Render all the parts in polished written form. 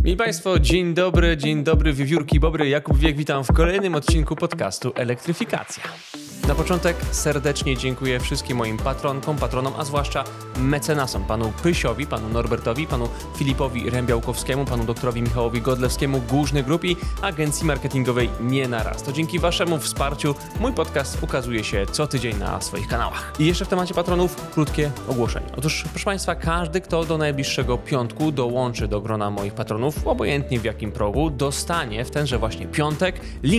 Mili Państwo, dzień dobry, wiewiórki bobry, Jakub Wiek, witam w kolejnym odcinku podcastu Elektryfikacja. Na początek serdecznie dziękuję wszystkim moim patronkom, patronom, a zwłaszcza mecenasom, panu Pysiowi, panu Norbertowi, panu Filipowi Rębiałkowskiemu, panu doktorowi Michałowi Godlewskiemu, Głużny Group i agencji marketingowej Nie na Raz. To dzięki waszemu wsparciu mój podcast ukazuje się co tydzień na swoich kanałach. I jeszcze w temacie patronów krótkie ogłoszenie. Otóż, proszę Państwa, każdy, kto do najbliższego piątku dołączy do grona moich patronów, obojętnie w jakim progu, dostanie w tenże właśnie piątek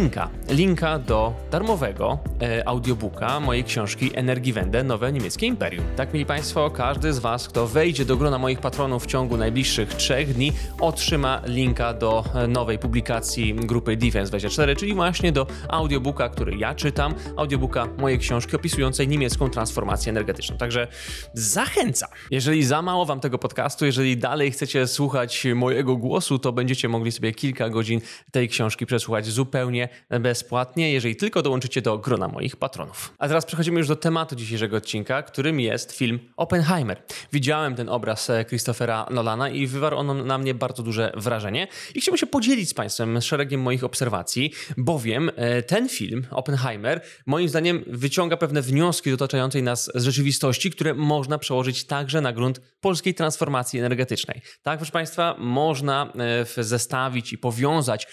linka do darmowego audiobooka mojej książki Energiewende – Nowe niemieckie imperium. Tak, mili Państwo, każdy z Was, kto wejdzie do grona moich patronów w ciągu najbliższych 3 dni, otrzyma linka do nowej publikacji grupy Defense24, czyli właśnie do audiobooka, który ja czytam, audiobooka mojej książki opisującej niemiecką transformację energetyczną. Także zachęcam. Jeżeli za mało Wam tego podcastu, jeżeli dalej chcecie słuchać mojego głosu, to będziecie mogli sobie kilka godzin tej książki przesłuchać zupełnie bezpłatnie, jeżeli tylko dołączycie do grona moich patronów. A teraz przechodzimy już do tematu dzisiejszego odcinka, którym jest film Oppenheimer. Widziałem ten obraz Christophera Nolana i wywarł on na mnie bardzo duże wrażenie i chciałbym się podzielić z Państwem szeregiem moich obserwacji, bowiem ten film, Oppenheimer, moim zdaniem wyciąga pewne wnioski dotaczającej nas z rzeczywistości, które można przełożyć także na grunt polskiej transformacji energetycznej. Tak, proszę Państwa, można zestawić i powiązać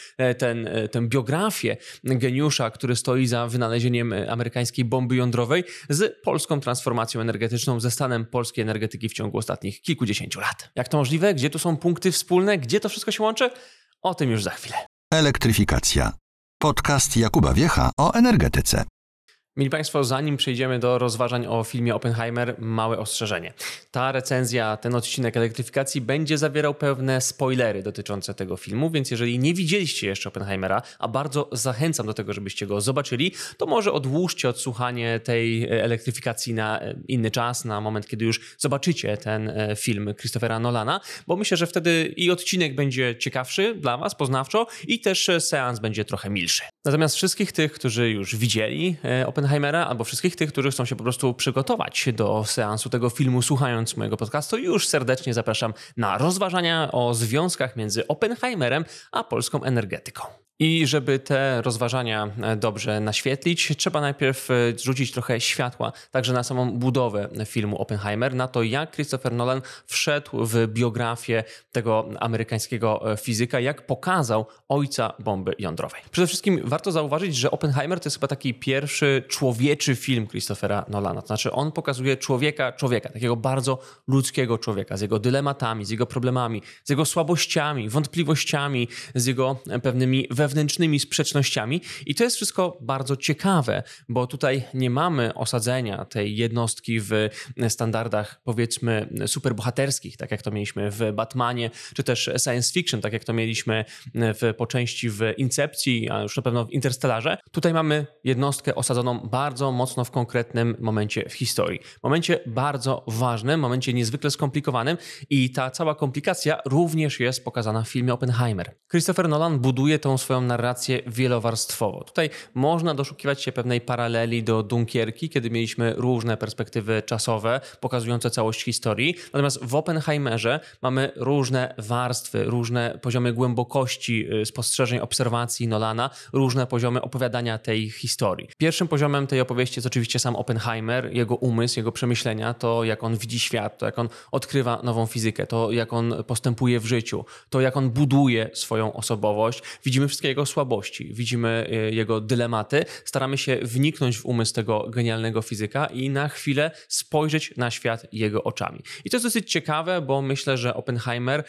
tę biografię geniusza, który stoi za wynalezieniem amerykańskiej bomby jądrowej z polską transformacją energetyczną, ze stanem polskiej energetyki w ciągu ostatnich kilkudziesięciu lat. Jak to możliwe? Gdzie tu są punkty wspólne? Gdzie to wszystko się łączy? O tym już za chwilę. Elektryfikacja. Podcast Jakuba Wiecha o energetyce. Mili Państwo, zanim przejdziemy do rozważań o filmie Oppenheimer, małe ostrzeżenie. Ta recenzja, ten odcinek elektryfikacji będzie zawierał pewne spoilery dotyczące tego filmu, więc jeżeli nie widzieliście jeszcze Oppenheimera, a bardzo zachęcam do tego, żebyście go zobaczyli, to może odłóżcie odsłuchanie tej elektryfikacji na inny czas, na moment, kiedy już zobaczycie ten film Christophera Nolana, bo myślę, że wtedy i odcinek będzie ciekawszy dla Was, poznawczo, i też seans będzie trochę milszy. Natomiast wszystkich tych, którzy już widzieli Oppenheimera, albo wszystkich tych, którzy chcą się po prostu przygotować do seansu tego filmu, słuchając mojego podcastu, już serdecznie zapraszam na rozważania o związkach między Oppenheimerem a polską energetyką. I żeby te rozważania dobrze naświetlić, trzeba najpierw rzucić trochę światła także na samą budowę filmu Oppenheimer, na to, jak Christopher Nolan wszedł w biografię tego amerykańskiego fizyka, jak pokazał ojca bomby jądrowej. Przede wszystkim warto zauważyć, że Oppenheimer to jest chyba taki pierwszy człowieczy film Christophera Nolana. To znaczy on pokazuje człowieka, takiego bardzo ludzkiego człowieka, z jego dylematami, z jego problemami, z jego słabościami, wątpliwościami, z jego pewnymi wewnętrznymi sprzecznościami i to jest wszystko bardzo ciekawe, bo tutaj nie mamy osadzenia tej jednostki w standardach, powiedzmy, superbohaterskich, tak jak to mieliśmy w Batmanie, czy też science fiction, tak jak to mieliśmy po części w Incepcji, a już na pewno w Interstellarze. Tutaj mamy jednostkę osadzoną bardzo mocno w konkretnym momencie w historii. Momencie bardzo ważnym, momencie niezwykle skomplikowanym i ta cała komplikacja również jest pokazana w filmie Oppenheimer. Christopher Nolan buduje tą swoją narrację wielowarstwowo. Tutaj można doszukiwać się pewnej paraleli do Dunkierki, kiedy mieliśmy różne perspektywy czasowe pokazujące całość historii. Natomiast w Oppenheimerze mamy różne warstwy, różne poziomy głębokości spostrzeżeń, obserwacji Nolana, różne poziomy opowiadania tej historii. Pierwszym poziomem tej opowieści jest oczywiście sam Oppenheimer, jego umysł, jego przemyślenia, to jak on widzi świat, to jak on odkrywa nową fizykę, to jak on postępuje w życiu, to jak on buduje swoją osobowość. Widzimy wszystkie jego słabości, widzimy jego dylematy, staramy się wniknąć w umysł tego genialnego fizyka i na chwilę spojrzeć na świat jego oczami. I to jest dosyć ciekawe, bo myślę, że Oppenheimer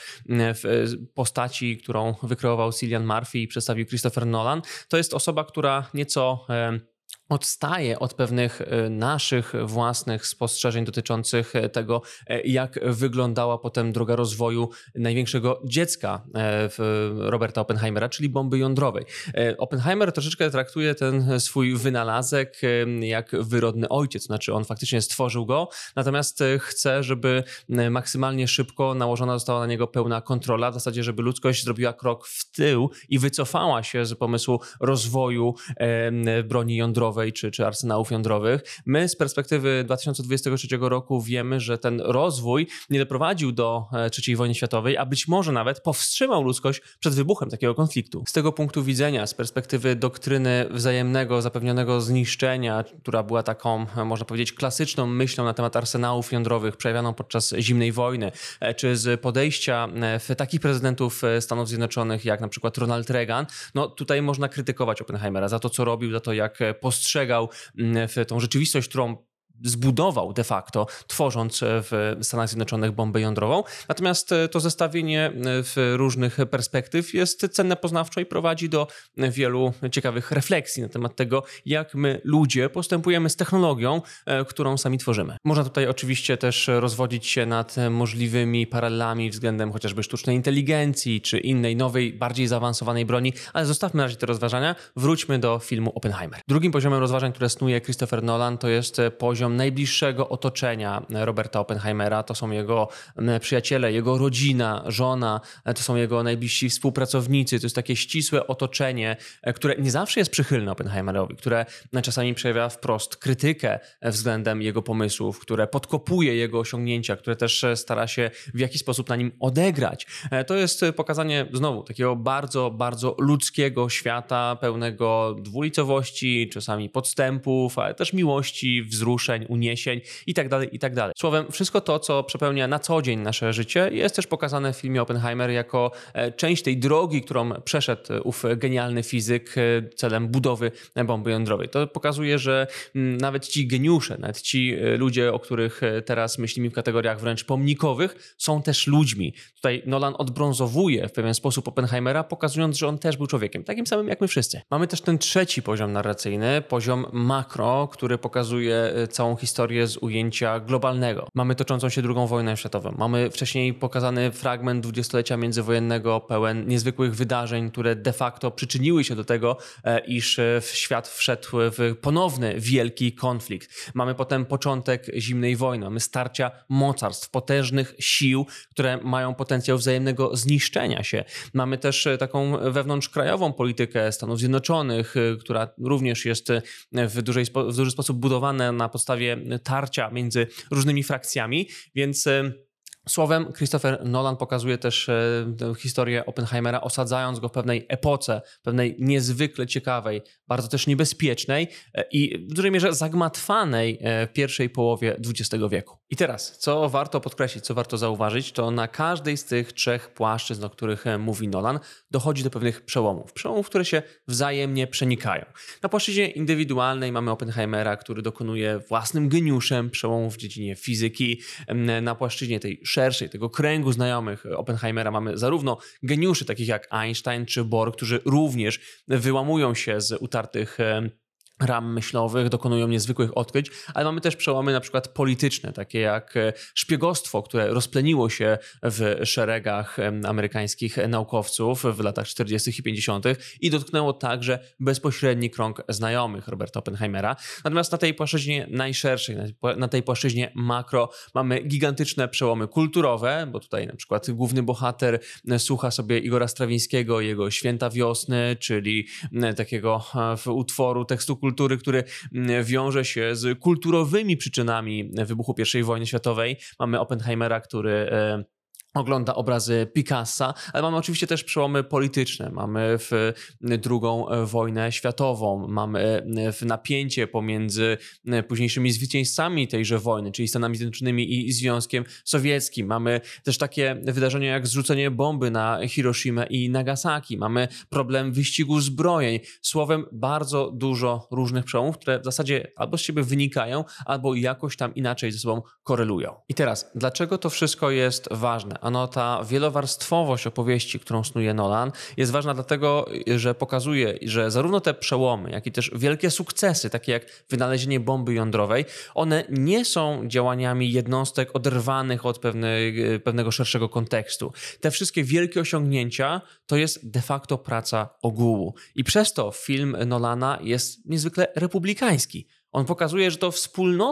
w postaci, którą wykreował Cillian Murphy i przedstawił Christopher Nolan, to jest osoba, która nieco odstaje od pewnych naszych własnych spostrzeżeń dotyczących tego, jak wyglądała potem droga rozwoju największego dziecka Roberta Oppenheimera, czyli bomby jądrowej. Oppenheimer troszeczkę traktuje ten swój wynalazek jak wyrodny ojciec, znaczy on faktycznie stworzył go, natomiast chce, żeby maksymalnie szybko nałożona została na niego pełna kontrola, w zasadzie, żeby ludzkość zrobiła krok w tył i wycofała się z pomysłu rozwoju broni jądrowej atomowej czy arsenałów jądrowych. My z perspektywy 2023 roku wiemy, że ten rozwój nie doprowadził do III wojny światowej, a być może nawet powstrzymał ludzkość przed wybuchem takiego konfliktu. Z tego punktu widzenia, z perspektywy doktryny wzajemnego, zapewnionego zniszczenia, która była taką, można powiedzieć, klasyczną myślą na temat arsenałów jądrowych przejawianą podczas zimnej wojny, czy z podejścia takich prezydentów Stanów Zjednoczonych jak na przykład Ronald Reagan, no tutaj można krytykować Oppenheimera za to, co robił, za to, jak postrzegał tą rzeczywistość, którą zbudował de facto, tworząc w Stanach Zjednoczonych bombę jądrową. Natomiast to zestawienie w różnych perspektyw jest cenne poznawczo i prowadzi do wielu ciekawych refleksji na temat tego, jak my ludzie postępujemy z technologią, którą sami tworzymy. Można tutaj oczywiście też rozwodzić się nad możliwymi paralelami względem chociażby sztucznej inteligencji, czy innej, nowej, bardziej zaawansowanej broni, ale zostawmy na razie te rozważania, wróćmy do filmu Oppenheimer. Drugim poziomem rozważań, które snuje Christopher Nolan, to jest poziom najbliższego otoczenia Roberta Oppenheimera. To są jego przyjaciele, jego rodzina, żona, to są jego najbliżsi współpracownicy. To jest takie ścisłe otoczenie, które nie zawsze jest przychylne Oppenheimerowi, które czasami przejawia wprost krytykę względem jego pomysłów, które podkopuje jego osiągnięcia, które też stara się w jakiś sposób na nim odegrać. To jest pokazanie znowu takiego bardzo, bardzo ludzkiego świata, pełnego dwulicowości, czasami podstępów, ale też miłości, wzruszeń, uniesień itd., itd. Słowem, wszystko to, co przepełnia na co dzień nasze życie, jest też pokazane w filmie Oppenheimer jako część tej drogi, którą przeszedł ów genialny fizyk celem budowy bomby jądrowej. To pokazuje, że nawet ci geniusze, nawet ci ludzie, o których teraz myślimy w kategoriach wręcz pomnikowych, są też ludźmi. Tutaj Nolan odbrązowuje w pewien sposób Oppenheimera, pokazując, że on też był człowiekiem, takim samym jak my wszyscy. Mamy też ten trzeci poziom narracyjny, poziom makro, który pokazuje całą historię z ujęcia globalnego. Mamy toczącą się II wojnę światową. Mamy wcześniej pokazany fragment dwudziestolecia międzywojennego pełen niezwykłych wydarzeń, które de facto przyczyniły się do tego, iż świat wszedł w ponowny wielki konflikt. Mamy potem początek zimnej wojny. Mamy starcia mocarstw, potężnych sił, które mają potencjał wzajemnego zniszczenia się. Mamy też taką wewnątrzkrajową politykę Stanów Zjednoczonych, która również jest w duży sposób budowana na podstawie tarcia między różnymi frakcjami, więc słowem, Christopher Nolan pokazuje też tę historię Oppenheimera, osadzając go w pewnej epoce, pewnej niezwykle ciekawej, bardzo też niebezpiecznej i w dużej mierze zagmatwanej w pierwszej połowie XX wieku. I teraz, co warto podkreślić, co warto zauważyć, to na każdej z tych trzech płaszczyzn, o których mówi Nolan, dochodzi do pewnych przełomów, które się wzajemnie przenikają. Na płaszczyźnie indywidualnej mamy Oppenheimera, który dokonuje własnym geniuszem przełomów w dziedzinie fizyki. Na płaszczyźnie tej szerszej, tego kręgu znajomych Oppenheimera mamy zarówno geniuszy takich jak Einstein czy Bohr, którzy również wyłamują się z utartych ram myślowych, dokonują niezwykłych odkryć, ale mamy też przełomy na przykład polityczne, takie jak szpiegostwo, które rozpleniło się w szeregach amerykańskich naukowców w latach 40. i 50. i dotknęło także bezpośredni krąg znajomych Roberta Oppenheimera. Natomiast na tej płaszczyźnie najszerszej, na tej płaszczyźnie makro mamy gigantyczne przełomy kulturowe, bo tutaj na przykład główny bohater słucha sobie Igora Strawińskiego, jego Święta Wiosny, czyli takiego utworu tekstu kultury, który wiąże się z kulturowymi przyczynami wybuchu I wojny światowej. Mamy Oppenheimera, który ogląda obrazy Picassa, ale mamy oczywiście też przełomy polityczne. Mamy II wojnę światową, mamy napięcie pomiędzy późniejszymi zwycięzcami tejże wojny, czyli Stanami Zjednoczonymi i Związkiem Sowieckim. Mamy też takie wydarzenia jak zrzucenie bomby na Hiroshimę i Nagasaki. Mamy problem wyścigu zbrojeń. Słowem, bardzo dużo różnych przełomów, które w zasadzie albo z siebie wynikają, albo jakoś tam inaczej ze sobą korelują. I teraz, dlaczego to wszystko jest ważne? Ano ta wielowarstwowość opowieści, którą snuje Nolan, jest ważna dlatego, że pokazuje, że zarówno te przełomy, jak i też wielkie sukcesy, takie jak wynalezienie bomby jądrowej, one nie są działaniami jednostek oderwanych od pewnego szerszego kontekstu. Te wszystkie wielkie osiągnięcia to jest de facto praca ogółu. I przez to film Nolana jest niezwykle republikański. On pokazuje, że to wspólnota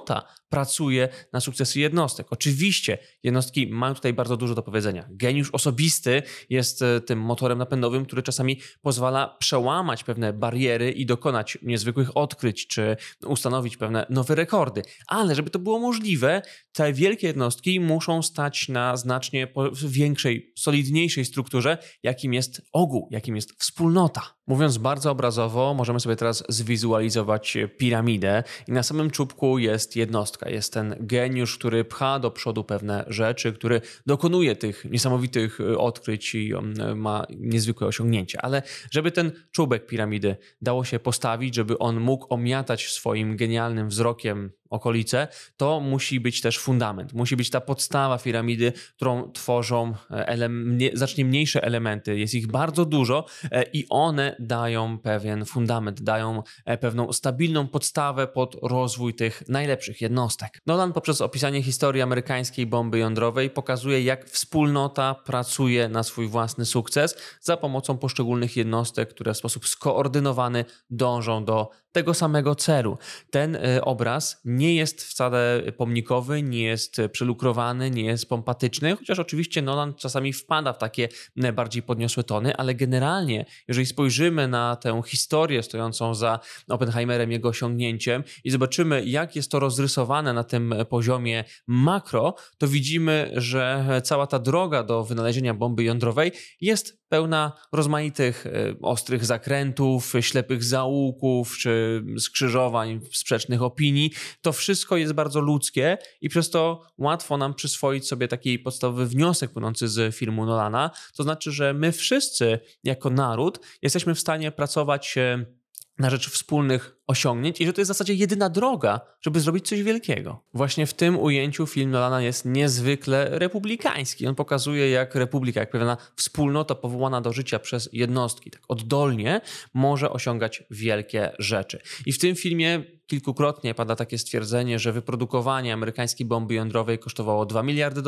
pracuje na sukcesy jednostek. Oczywiście jednostki mają tutaj bardzo dużo do powiedzenia. Geniusz osobisty jest tym motorem napędowym, który czasami pozwala przełamać pewne bariery i dokonać niezwykłych odkryć, czy ustanowić pewne nowe rekordy. Ale żeby to było możliwe, te wielkie jednostki muszą stać na znacznie większej, solidniejszej strukturze, jakim jest ogół, jakim jest wspólnota. Mówiąc bardzo obrazowo, możemy sobie teraz zwizualizować piramidę i na samym czubku jest jednostka. Jest ten geniusz, który pcha do przodu pewne rzeczy, który dokonuje tych niesamowitych odkryć i ma niezwykłe osiągnięcia. Ale żeby ten czubek piramidy dało się postawić, żeby on mógł omiatać swoim genialnym wzrokiem okolice, to musi być też fundament. Musi być ta podstawa piramidy, którą tworzą znacznie mniejsze elementy. Jest ich bardzo dużo i one dają pewien fundament, dają pewną stabilną podstawę pod rozwój tych najlepszych jednostek. Nolan poprzez opisanie historii amerykańskiej bomby jądrowej pokazuje, jak wspólnota pracuje na swój własny sukces za pomocą poszczególnych jednostek, które w sposób skoordynowany dążą do tego samego celu. Ten obraz nie jest wcale pomnikowy, nie jest przelukrowany, nie jest pompatyczny, chociaż oczywiście Nolan czasami wpada w takie bardziej podniosłe tony, ale generalnie, jeżeli spojrzymy na tę historię stojącą za Oppenheimerem, jego osiągnięciem i zobaczymy, jak jest to rozrysowane na tym poziomie makro, to widzimy, że cała ta droga do wynalezienia bomby jądrowej jest pełna rozmaitych ostrych zakrętów, ślepych zaułków czy skrzyżowań, sprzecznych opinii. To wszystko jest bardzo ludzkie i przez to łatwo nam przyswoić sobie taki podstawowy wniosek płynący z filmu Nolana. To znaczy, że my wszyscy jako naród jesteśmy w stanie pracować na rzecz wspólnych osiągnięć i że to jest w zasadzie jedyna droga, żeby zrobić coś wielkiego. Właśnie w tym ujęciu film Nolana jest niezwykle republikański. On pokazuje, jak republika, jak pewna wspólnota powołana do życia przez jednostki, tak oddolnie, może osiągać wielkie rzeczy. I w tym filmie kilkukrotnie pada takie stwierdzenie, że wyprodukowanie amerykańskiej bomby jądrowej kosztowało $2 miliardy,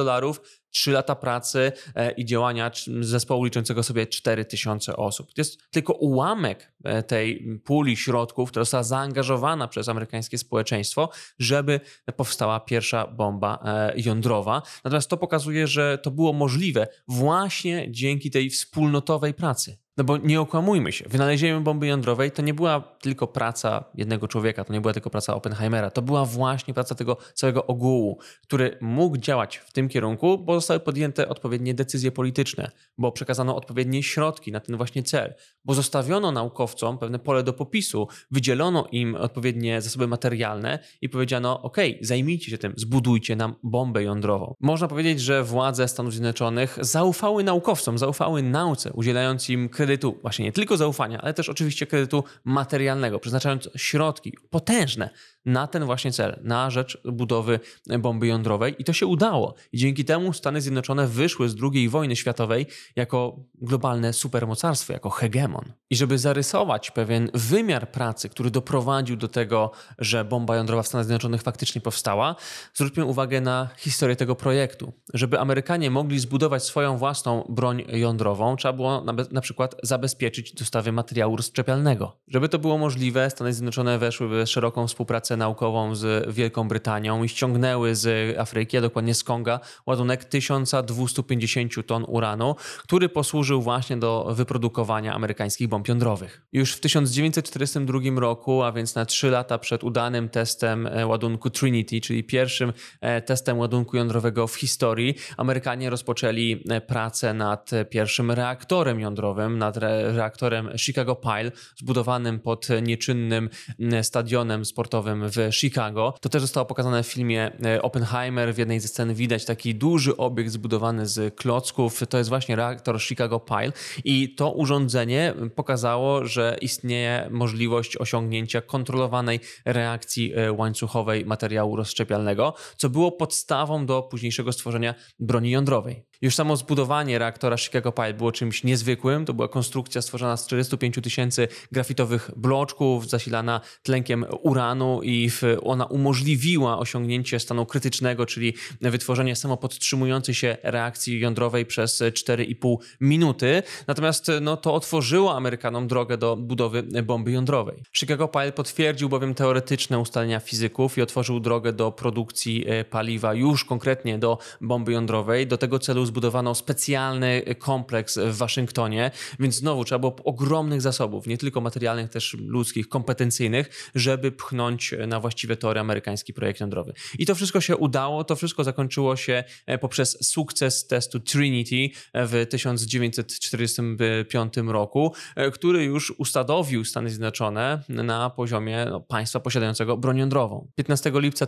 3 lata pracy i działania zespołu liczącego sobie 4000 osób. To jest tylko ułamek tej puli środków, która została zaangażowana przez amerykańskie społeczeństwo, żeby powstała pierwsza bomba jądrowa. Natomiast to pokazuje, że to było możliwe właśnie dzięki tej wspólnotowej pracy. No bo nie okłamujmy się, wynalezienie bomby jądrowej to nie była tylko praca jednego człowieka, to nie była tylko praca Oppenheimera, to była właśnie praca tego całego ogółu, który mógł działać w tym kierunku, bo zostały podjęte odpowiednie decyzje polityczne, bo przekazano odpowiednie środki na ten właśnie cel, bo zostawiono naukowcom pewne pole do popisu, wydzielono im odpowiednie zasoby materialne i powiedziano: OK, zajmijcie się tym, zbudujcie nam bombę jądrową. Można powiedzieć, że władze Stanów Zjednoczonych zaufały naukowcom, zaufały nauce, udzielając im kredytu, właśnie nie tylko zaufania, ale też oczywiście kredytu materialnego, przeznaczając środki potężne na ten właśnie cel, na rzecz budowy bomby jądrowej i to się udało. I dzięki temu Stany Zjednoczone wyszły z II wojny światowej jako globalne supermocarstwo, jako hegemon. I żeby zarysować pewien wymiar pracy, który doprowadził do tego, że bomba jądrowa w Stanach Zjednoczonych faktycznie powstała, zwróćmy uwagę na historię tego projektu. Żeby Amerykanie mogli zbudować swoją własną broń jądrową, trzeba było na przykład zabezpieczyć dostawy materiału rozszczepialnego. Żeby to było możliwe, Stany Zjednoczone weszły w szeroką współpracę naukową z Wielką Brytanią i ściągnęły z Afryki, a dokładnie z Konga, ładunek 1250 ton uranu, który posłużył właśnie do wyprodukowania amerykańskich bomb jądrowych. Już w 1942 roku, a więc na 3 lata przed udanym testem ładunku Trinity, czyli pierwszym testem ładunku jądrowego w historii, Amerykanie rozpoczęli pracę nad pierwszym reaktorem jądrowym, nad reaktorem Chicago Pile, zbudowanym pod nieczynnym stadionem sportowym w Chicago. To też zostało pokazane w filmie Oppenheimer. W jednej ze scen widać taki duży obiekt zbudowany z klocków. To jest właśnie reaktor Chicago Pile i to urządzenie pokazało, że istnieje możliwość osiągnięcia kontrolowanej reakcji łańcuchowej materiału rozszczepialnego, co było podstawą do późniejszego stworzenia broni jądrowej. Już samo zbudowanie reaktora Chicago Pile było czymś niezwykłym. To była konstrukcja stworzona z 45 000 grafitowych bloczków, zasilana tlenkiem uranu i ona umożliwiła osiągnięcie stanu krytycznego, czyli wytworzenie samopodtrzymującej się reakcji jądrowej przez 4,5 minuty. Natomiast to otworzyło Amerykanom drogę do budowy bomby jądrowej. Chicago Pile potwierdził bowiem teoretyczne ustalenia fizyków i otworzył drogę do produkcji paliwa już konkretnie do bomby jądrowej. Do tego celu zbudowano specjalny kompleks w Waszyngtonie, więc znowu trzeba było ogromnych zasobów, nie tylko materialnych, też ludzkich, kompetencyjnych, żeby pchnąć na właściwe tory amerykański projekt jądrowy. I to wszystko się udało, to wszystko zakończyło się poprzez sukces testu Trinity w 1945 roku, który już usadowił Stany Zjednoczone na poziomie państwa posiadającego broń jądrową. 15 lipca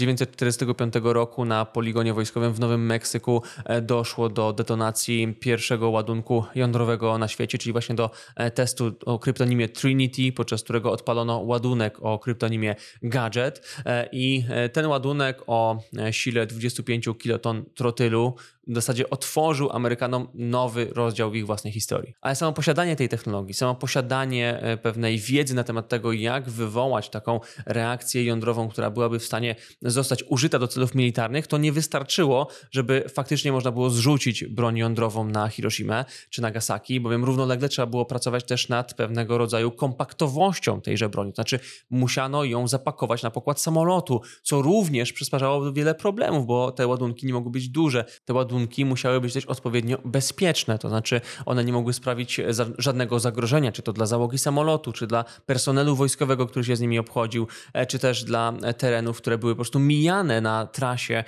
1945 roku na poligonie wojskowym w Nowym Meksyku doszło do detonacji pierwszego ładunku jądrowego na świecie, czyli właśnie do testu o kryptonimie Trinity, podczas którego odpalono ładunek o kryptonimie Gadget i ten ładunek o sile 25 kiloton trotylu w zasadzie otworzył Amerykanom nowy rozdział w ich własnej historii. Ale samo posiadanie tej technologii, samo posiadanie pewnej wiedzy na temat tego, jak wywołać taką reakcję jądrową, która byłaby w stanie zostać użyta do celów militarnych, to nie wystarczyło, żeby faktycznie można było zrzucić broń jądrową na Hiroshimę czy Nagasaki, bowiem równolegle trzeba było pracować też nad pewnego rodzaju kompaktowością tejże broni. To znaczy musiano ją zapakować na pokład samolotu, co również przysparzało wiele problemów, bo te ładunki nie mogły być duże. Te ładunki musiały być też odpowiednio bezpieczne, to znaczy one nie mogły sprawić żadnego zagrożenia, czy to dla załogi samolotu, czy dla personelu wojskowego, który się z nimi obchodził, czy też dla terenów, które były po prostu mijane na trasie,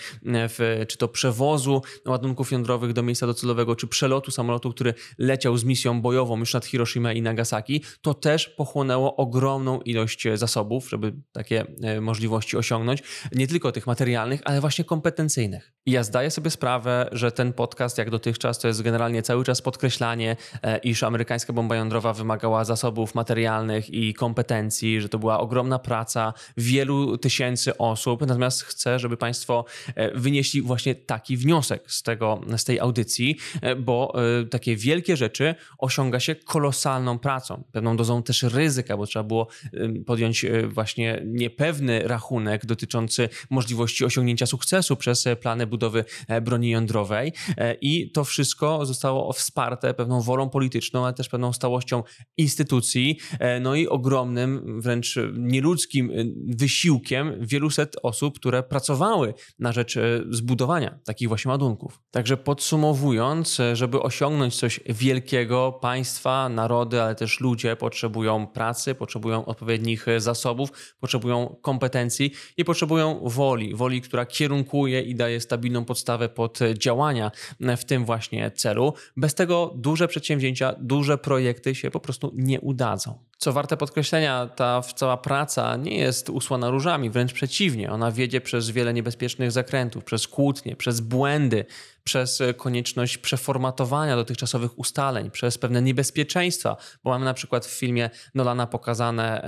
czy to przewozu ładunków jądrowych do miejsca docelowego, czy przelotu samolotu, który leciał z misją bojową już nad Hiroshimę i Nagasaki. To też pochłonęło ogromną ilość zasobów, żeby takie możliwości osiągnąć, nie tylko tych materialnych, ale właśnie kompetencyjnych. I ja zdaję sobie sprawę, że ten podcast, jak dotychczas, to jest generalnie cały czas podkreślanie, iż amerykańska bomba jądrowa wymagała zasobów materialnych i kompetencji, że to była ogromna praca wielu tysięcy osób. Natomiast chcę, żeby Państwo wynieśli właśnie taki wniosek z tej audycji, bo takie wielkie rzeczy osiąga się kolosalną pracą, pewną dozą też ryzyka, bo trzeba było podjąć właśnie niepewny rachunek dotyczący możliwości osiągnięcia sukcesu przez plany budowy broni jądrowej i to wszystko zostało wsparte pewną wolą polityczną, ale też pewną stałością instytucji, no i ogromnym, wręcz nieludzkim wysiłkiem wielu set osób, które pracowały na rzecz zbudowania takich właśnie ładunków. Także podsumowując, żeby osiągnąć coś wielkiego, państwa, narody, ale też ludzie potrzebują pracy, potrzebują odpowiednich zasobów, potrzebują kompetencji i potrzebują woli, która kierunkuje i daje stabilną podstawę pod działania w tym właśnie celu. Bez tego duże przedsięwzięcia, duże projekty się po prostu nie udadzą. Co warte podkreślenia, ta cała praca nie jest usłana różami, wręcz przeciwnie. Ona wiedzie przez wiele niebezpiecznych zakrętów, przez kłótnie, przez błędy, przez konieczność przeformatowania dotychczasowych ustaleń, przez pewne niebezpieczeństwa, bo mamy na przykład w filmie Nolana pokazane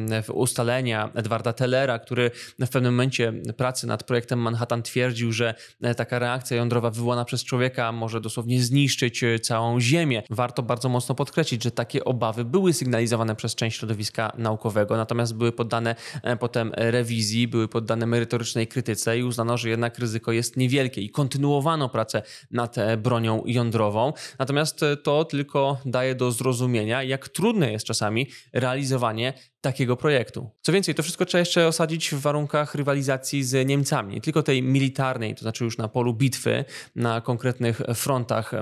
ustalenia Edwarda Tellera, który w pewnym momencie pracy nad projektem Manhattan twierdził, że taka reakcja jądrowa wywołana przez człowieka może dosłownie zniszczyć całą Ziemię. Warto bardzo mocno podkreślić, że takie obawy były sygnalizowane przez część środowiska naukowego, natomiast były poddane potem rewizji, były poddane merytorycznej krytyce i uznano, że jednak ryzyko jest niewielkie i kontynuowano pracę nad bronią jądrową. Natomiast to tylko daje do zrozumienia, jak trudne jest czasami realizowanie takiego projektu. Co więcej, to wszystko trzeba jeszcze osadzić w warunkach rywalizacji z Niemcami. Nie tylko tej militarnej, to znaczy już na polu bitwy, na konkretnych frontach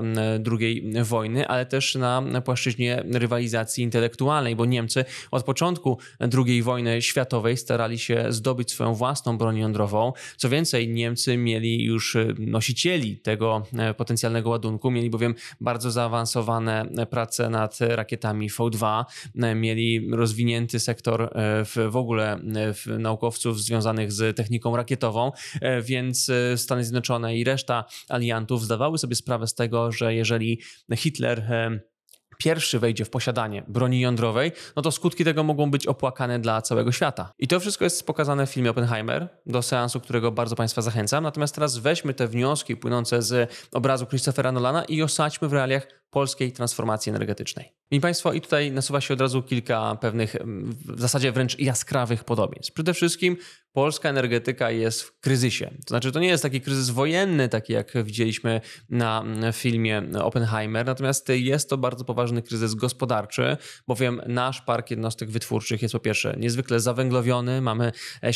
II wojny, ale też na płaszczyźnie rywalizacji intelektualnej, bo Niemcy od początku II wojny światowej starali się zdobyć swoją własną broń jądrową. Co więcej, Niemcy mieli już nosicieli tego potencjalnego ładunku, mieli bowiem bardzo zaawansowane prace nad rakietami V2, mieli rozwinięty sektor w ogóle naukowców związanych z techniką rakietową, więc Stany Zjednoczone i reszta aliantów zdawały sobie sprawę z tego, że jeżeli Hitler pierwszy wejdzie w posiadanie broni jądrowej, no to skutki tego mogą być opłakane dla całego świata. I to wszystko jest pokazane w filmie Oppenheimer, do seansu, którego bardzo Państwa zachęcam. Natomiast teraz weźmy te wnioski płynące z obrazu Christophera Nolana i osadźmy w realiach polskiej transformacji energetycznej. I Państwo, i tutaj nasuwa się od razu kilka pewnych, w zasadzie wręcz jaskrawych podobieństw. Przede wszystkim polska energetyka jest w kryzysie. To znaczy, to nie jest taki kryzys wojenny, taki jak widzieliśmy na filmie Oppenheimer, natomiast jest to bardzo poważny kryzys gospodarczy, bowiem nasz park jednostek wytwórczych jest po pierwsze niezwykle zawęglowiony, mamy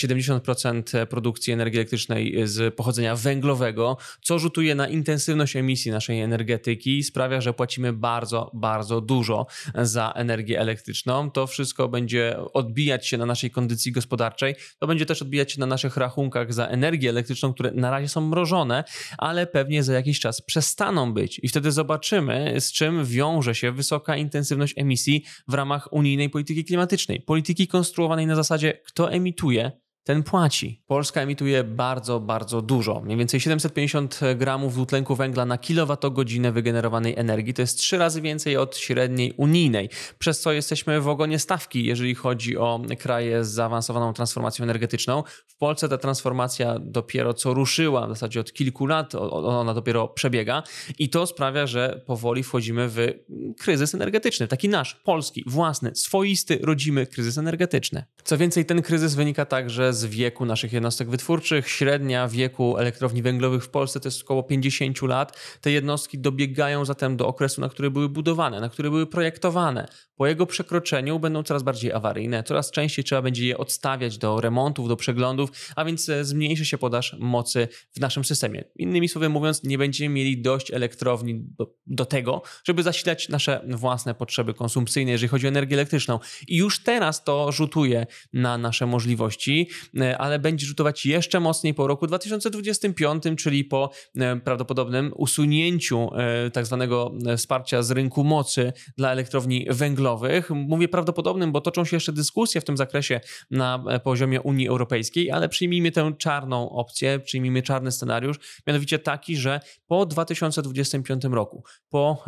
70% produkcji energii elektrycznej z pochodzenia węglowego, co rzutuje na intensywność emisji naszej energetyki i sprawia, że płacimy bardzo, bardzo dużo za energię elektryczną. To wszystko będzie odbijać się na naszej kondycji gospodarczej, to będzie też odbijać się na naszych rachunkach za energię elektryczną, które na razie są mrożone, ale pewnie za jakiś czas przestaną być i wtedy zobaczymy, z czym wiąże się wysoka intensywność emisji w ramach unijnej polityki klimatycznej. Polityki konstruowanej na zasadzie, kto emituje, ten płaci. Polska emituje bardzo, bardzo dużo. Mniej więcej 750 gramów dwutlenku węgla na kilowatogodzinę wygenerowanej energii. To jest 3 razy więcej od średniej unijnej, przez co jesteśmy w ogonie stawki, jeżeli chodzi o kraje z zaawansowaną transformacją energetyczną. W Polsce ta transformacja dopiero co ruszyła, w zasadzie od kilku lat ona dopiero przebiega i to sprawia, że powoli wchodzimy w kryzys energetyczny. Taki nasz, polski, własny, swoisty, rodzimy kryzys energetyczny. Co więcej, ten kryzys wynika także z wieku naszych jednostek wytwórczych. Średnia wieku elektrowni węglowych w Polsce to jest około 50 lat. Te jednostki dobiegają zatem do okresu, na który były budowane, na który były projektowane. Po jego przekroczeniu będą coraz bardziej awaryjne, coraz częściej trzeba będzie je odstawiać do remontów, do przeglądów, a więc zmniejszy się podaż mocy w naszym systemie. Innymi słowy mówiąc, nie będziemy mieli dość elektrowni do tego, żeby zasilać nasze własne potrzeby konsumpcyjne, jeżeli chodzi o energię elektryczną. I już teraz to rzutuje na nasze możliwości, ale będzie rzutować jeszcze mocniej po roku 2025, czyli po prawdopodobnym usunięciu tak zwanego wsparcia z rynku mocy dla elektrowni węglowych. Mówię prawdopodobnym, bo toczą się jeszcze dyskusje w tym zakresie na poziomie Unii Europejskiej, ale przyjmijmy tę czarną opcję, przyjmijmy czarny scenariusz, mianowicie taki, że po 2025 roku, po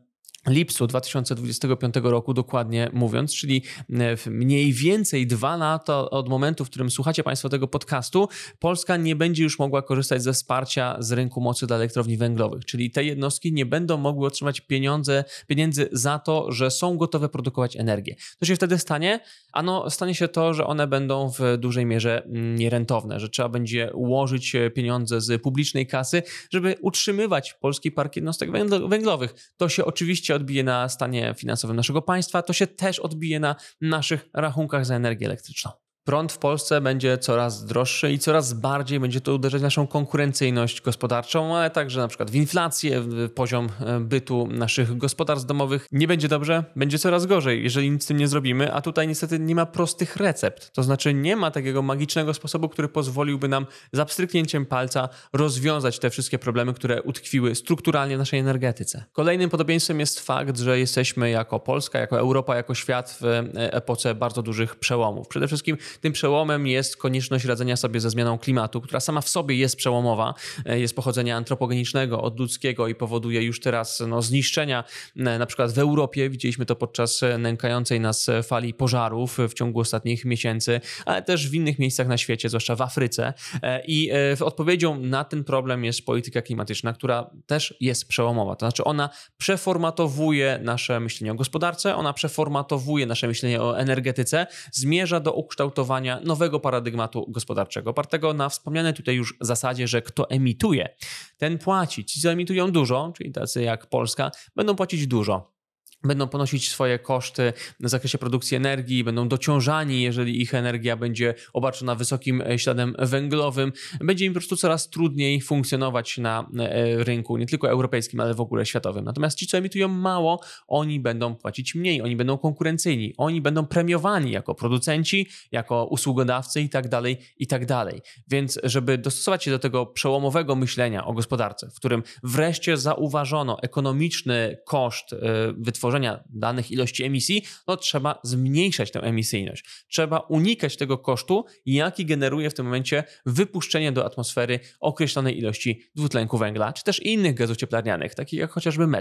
lipcu 2025 roku dokładnie mówiąc, czyli mniej więcej 2 lata od momentu, w którym słuchacie Państwo tego podcastu, Polska nie będzie już mogła korzystać ze wsparcia z rynku mocy dla elektrowni węglowych, czyli te jednostki nie będą mogły otrzymać pieniędzy za to, że są gotowe produkować energię. Co się wtedy stanie? Ano, stanie się to, że one będą w dużej mierze nierentowne, że trzeba będzie ułożyć pieniądze z publicznej kasy, żeby utrzymywać polski park jednostek węglowych. To się oczywiście odbije na stanie finansowym naszego państwa, to się też odbije na naszych rachunkach za energię elektryczną. Prąd w Polsce będzie coraz droższy i coraz bardziej będzie to uderzać w naszą konkurencyjność gospodarczą, ale także na przykład w inflację, w poziom bytu naszych gospodarstw domowych. Nie będzie dobrze, będzie coraz gorzej, jeżeli nic z tym nie zrobimy, a tutaj niestety nie ma prostych recept. To znaczy nie ma takiego magicznego sposobu, który pozwoliłby nam za pstryknięciem palca rozwiązać te wszystkie problemy, które utkwiły strukturalnie w naszej energetyce. Kolejnym podobieństwem jest fakt, że jesteśmy jako Polska, jako Europa, jako świat w epoce bardzo dużych przełomów. Przede wszystkim tym przełomem jest konieczność radzenia sobie ze zmianą klimatu, która sama w sobie jest przełomowa, jest pochodzenia antropogenicznego, odludzkiego i powoduje już teraz zniszczenia na przykład w Europie. Widzieliśmy to podczas nękającej nas fali pożarów w ciągu ostatnich miesięcy, ale też w innych miejscach na świecie, zwłaszcza w Afryce. I odpowiedzią na ten problem jest polityka klimatyczna, która też jest przełomowa. To znaczy ona przeformatowuje nasze myślenie o gospodarce, ona przeformatowuje nasze myślenie o energetyce, zmierza do ukształtowania nowego paradygmatu gospodarczego, opartego na wspomnianej tutaj już zasadzie, że kto emituje, ten płaci. Ci, co emitują dużo, czyli tacy jak Polska, będą płacić dużo. Będą ponosić swoje koszty w zakresie produkcji energii, będą dociążani, jeżeli ich energia będzie obarczona wysokim śladem węglowym. Będzie im po prostu coraz trudniej funkcjonować na rynku, nie tylko europejskim, ale w ogóle światowym. Natomiast ci, co emitują mało, oni będą płacić mniej, oni będą konkurencyjni, oni będą premiowani jako producenci, jako usługodawcy i tak dalej. Więc żeby dostosować się do tego przełomowego myślenia o gospodarce, w którym wreszcie zauważono ekonomiczny koszt wytworzenia danych ilości emisji, trzeba zmniejszać tę emisyjność. Trzeba unikać tego kosztu, jaki generuje w tym momencie wypuszczenie do atmosfery określonej ilości dwutlenku węgla, czy też innych gazów cieplarnianych, takich jak chociażby metan.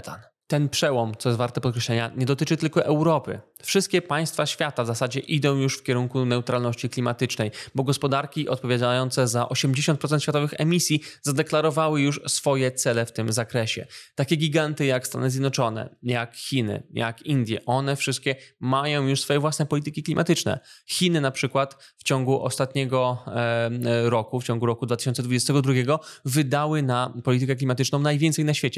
Ten przełom, co jest warte podkreślenia, nie dotyczy tylko Europy. Wszystkie państwa świata w zasadzie idą już w kierunku neutralności klimatycznej, bo gospodarki odpowiadające za 80% światowych emisji zadeklarowały już swoje cele w tym zakresie. Takie giganty jak Stany Zjednoczone, jak Chiny, jak Indie, one wszystkie mają już swoje własne polityki klimatyczne. Chiny na przykład w ciągu ostatniego roku, w ciągu roku 2022 wydały na politykę klimatyczną najwięcej na świecie,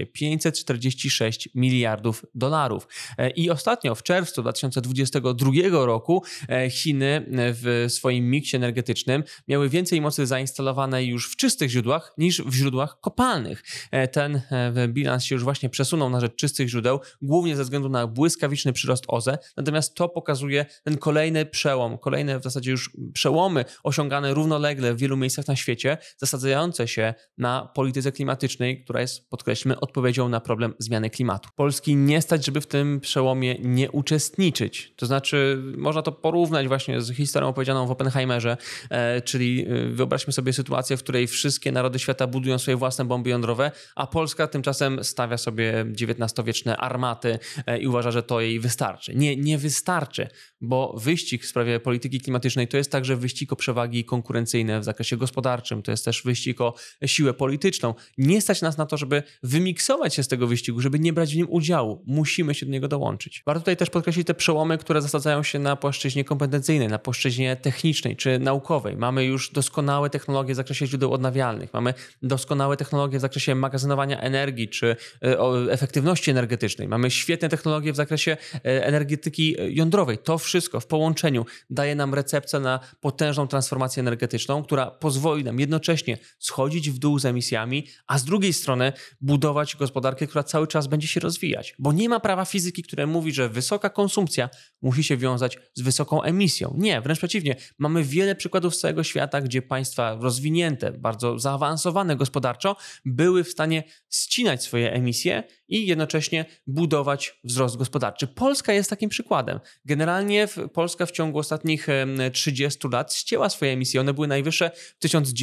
546 miliardów dolarów. I ostatnio w czerwcu 2022 roku Chiny w swoim miksie energetycznym miały więcej mocy zainstalowanej już w czystych źródłach niż w źródłach kopalnych. Ten bilans się już właśnie przesunął na rzecz czystych źródeł, głównie ze względu na błyskawiczny przyrost OZE, natomiast to pokazuje ten kolejny przełom, kolejne w zasadzie już przełomy osiągane równolegle w wielu miejscach na świecie, zasadzające się na polityce klimatycznej, która jest, podkreślmy, odpowiedzią na problem zmiany klimatu. Polski nie stać, żeby w tym przełomie nie uczestniczyć. To znaczy, można to porównać właśnie z historią opowiedzianą w Oppenheimerze, czyli wyobraźmy sobie sytuację, w której wszystkie narody świata budują swoje własne bomby jądrowe, a Polska tymczasem stawia sobie XIX-wieczne armaty i uważa, że to jej wystarczy. Nie wystarczy, bo wyścig w sprawie polityki klimatycznej to jest także wyścig o przewagi konkurencyjne w zakresie gospodarczym, to jest też wyścig o siłę polityczną. Nie stać nas na to, żeby wymiksować się z tego wyścigu, żeby nie brać w nim udziału. Musimy się do niego dołączyć. Warto tutaj też podkreślić te przełomy, które zasadzają się na płaszczyźnie kompetencyjnej, na płaszczyźnie technicznej czy naukowej. Mamy już doskonałe technologie w zakresie źródeł odnawialnych, mamy doskonałe technologie w zakresie magazynowania energii czy efektywności energetycznej, mamy świetne technologie w zakresie energetyki jądrowej. To wszystko w połączeniu daje nam receptę na potężną transformację energetyczną, która pozwoli nam jednocześnie schodzić w dół z emisjami, a z drugiej strony budować gospodarkę, która cały czas będzie się rozwijać. Bo nie ma prawa fizyki, które mówi, że wysoka konsumpcja musi się wiązać z wysoką emisją. Nie, wręcz przeciwnie. Mamy wiele przykładów z całego świata, gdzie państwa rozwinięte, bardzo zaawansowane gospodarczo były w stanie ścinać swoje emisje i jednocześnie budować wzrost gospodarczy. Polska jest takim przykładem. Generalnie Polska w ciągu ostatnich 30 lat ścięła swoje emisje. One były najwyższe w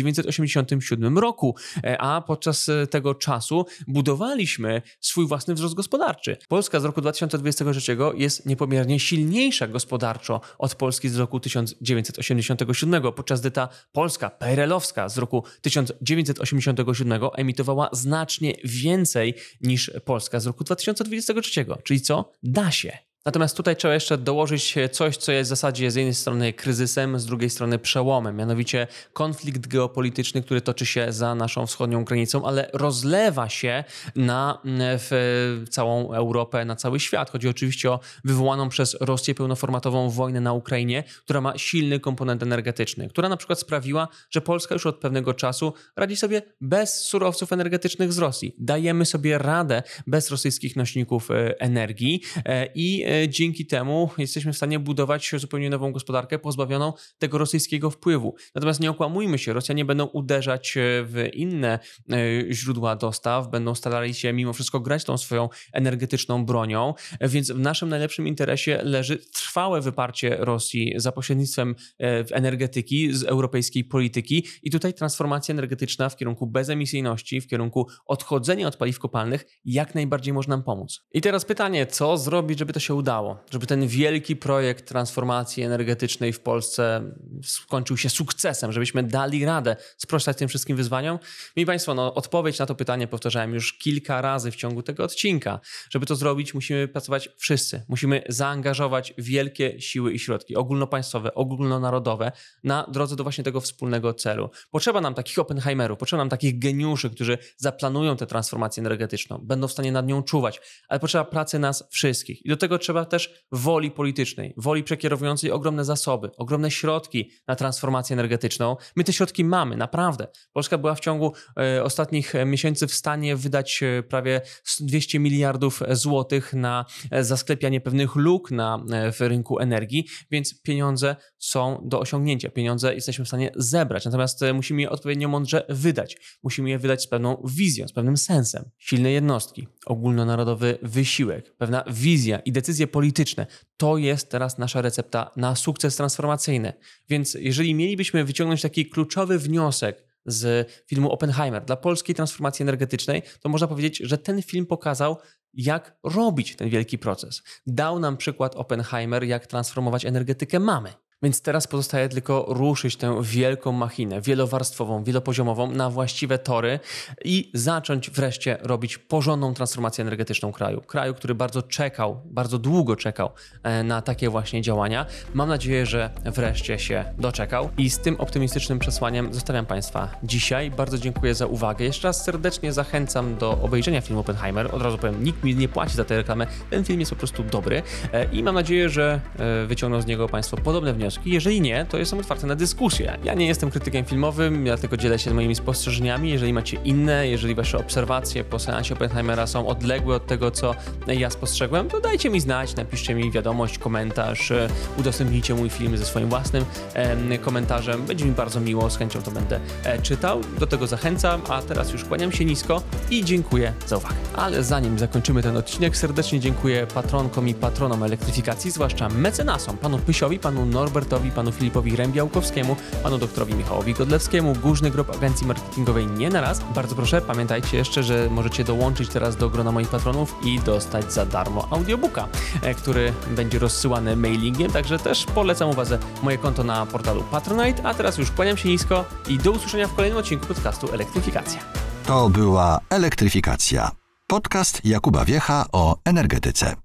1987 roku, a podczas tego czasu budowaliśmy swój własny wzrost gospodarczy. Polska z roku 2023 jest niepomiernie silniejsza gospodarczo od Polski z roku 1987, podczas gdy ta Polska PRL-owska z roku 1987 emitowała znacznie więcej niż Polska z roku 2023. Czyli co? Da się. Natomiast tutaj trzeba jeszcze dołożyć coś, co jest w zasadzie z jednej strony kryzysem, z drugiej strony przełomem, mianowicie konflikt geopolityczny, który toczy się za naszą wschodnią granicą, ale rozlewa się na całą Europę, na cały świat. Chodzi oczywiście o wywołaną przez Rosję pełnoformatową wojnę na Ukrainie, która ma silny komponent energetyczny, która na przykład sprawiła, że Polska już od pewnego czasu radzi sobie bez surowców energetycznych z Rosji. Dajemy sobie radę bez rosyjskich nośników energii i dzięki temu jesteśmy w stanie budować zupełnie nową gospodarkę pozbawioną tego rosyjskiego wpływu. Natomiast nie okłamujmy się, Rosjanie będą uderzać w inne źródła dostaw, będą starali się mimo wszystko grać tą swoją energetyczną bronią, więc w naszym najlepszym interesie leży trwałe wyparcie Rosji za pośrednictwem energetyki, z europejskiej polityki i tutaj transformacja energetyczna w kierunku bezemisyjności, w kierunku odchodzenia od paliw kopalnych jak najbardziej może nam pomóc. I teraz pytanie, co zrobić, żeby to się udało? Żeby ten wielki projekt transformacji energetycznej w Polsce skończył się sukcesem, żebyśmy dali radę sprostać tym wszystkim wyzwaniom? Mili Państwo, odpowiedź na to pytanie powtarzałem już kilka razy w ciągu tego odcinka. Żeby to zrobić, musimy pracować wszyscy. Musimy zaangażować wielkie siły i środki ogólnopaństwowe, ogólnonarodowe na drodze do właśnie tego wspólnego celu. Potrzeba nam takich Oppenheimerów, potrzeba nam takich geniuszy, którzy zaplanują tę transformację energetyczną, będą w stanie nad nią czuwać, ale potrzeba pracy nas wszystkich. I do tego trzeba też woli politycznej, woli przekierowującej ogromne zasoby, ogromne środki na transformację energetyczną. My te środki mamy, naprawdę. Polska była w ciągu ostatnich miesięcy w stanie wydać prawie 200 miliardów złotych na zasklepianie pewnych luk w rynku energii, więc pieniądze są do osiągnięcia. Pieniądze jesteśmy w stanie zebrać, natomiast musimy je odpowiednio mądrze wydać. Musimy je wydać z pewną wizją, z pewnym sensem. Silne jednostki, ogólnonarodowy wysiłek, pewna wizja i decyzje polityczne. To jest teraz nasza recepta na sukces transformacyjny. Więc jeżeli mielibyśmy wyciągnąć taki kluczowy wniosek z filmu Oppenheimer dla polskiej transformacji energetycznej, to można powiedzieć, że ten film pokazał, jak robić ten wielki proces. Dał nam przykład Oppenheimer, jak transformować energetykę mamy. Więc teraz pozostaje tylko ruszyć tę wielką machinę, wielowarstwową, wielopoziomową na właściwe tory i zacząć wreszcie robić porządną transformację energetyczną kraju. Kraju, który bardzo długo czekał na takie właśnie działania. Mam nadzieję, że wreszcie się doczekał i z tym optymistycznym przesłaniem zostawiam Państwa dzisiaj. Bardzo dziękuję za uwagę. Jeszcze raz serdecznie zachęcam do obejrzenia filmu Oppenheimer. Od razu powiem, nikt mi nie płaci za tę reklamę. Ten film jest po prostu dobry i mam nadzieję, że wyciągną z niego Państwo podobne wnioski. Jeżeli nie, to jestem otwarty na dyskusję. Ja nie jestem krytykiem filmowym, dlatego dzielę się moimi spostrzeżeniami. Jeżeli macie inne, jeżeli wasze obserwacje po seansie Oppenheimera są odległe od tego, co ja spostrzegłem, to dajcie mi znać, napiszcie mi wiadomość, komentarz, udostępnijcie mój film ze swoim własnym komentarzem. Będzie mi bardzo miło, z chęcią to będę czytał. Do tego zachęcam, a teraz już kłaniam się nisko i dziękuję za uwagę. Ale zanim zakończymy ten odcinek, serdecznie dziękuję patronkom i patronom elektryfikacji, zwłaszcza mecenasom, panu Pysiowi, panu Norbertowi, panu Filipowi Rębiałkowskiemu, panu doktorowi Michałowi Godlewskiemu, Górzny Grob Agencji Marketingowej Nie na Raz. Bardzo proszę, pamiętajcie jeszcze, że możecie dołączyć teraz do grona moich patronów i dostać za darmo audiobooka, który będzie rozsyłany mailingiem, także też polecam uwadze moje konto na portalu Patronite, a teraz już kłaniam się nisko i do usłyszenia w kolejnym odcinku podcastu Elektryfikacja. To była Elektryfikacja. Podcast Jakuba Wiecha o energetyce.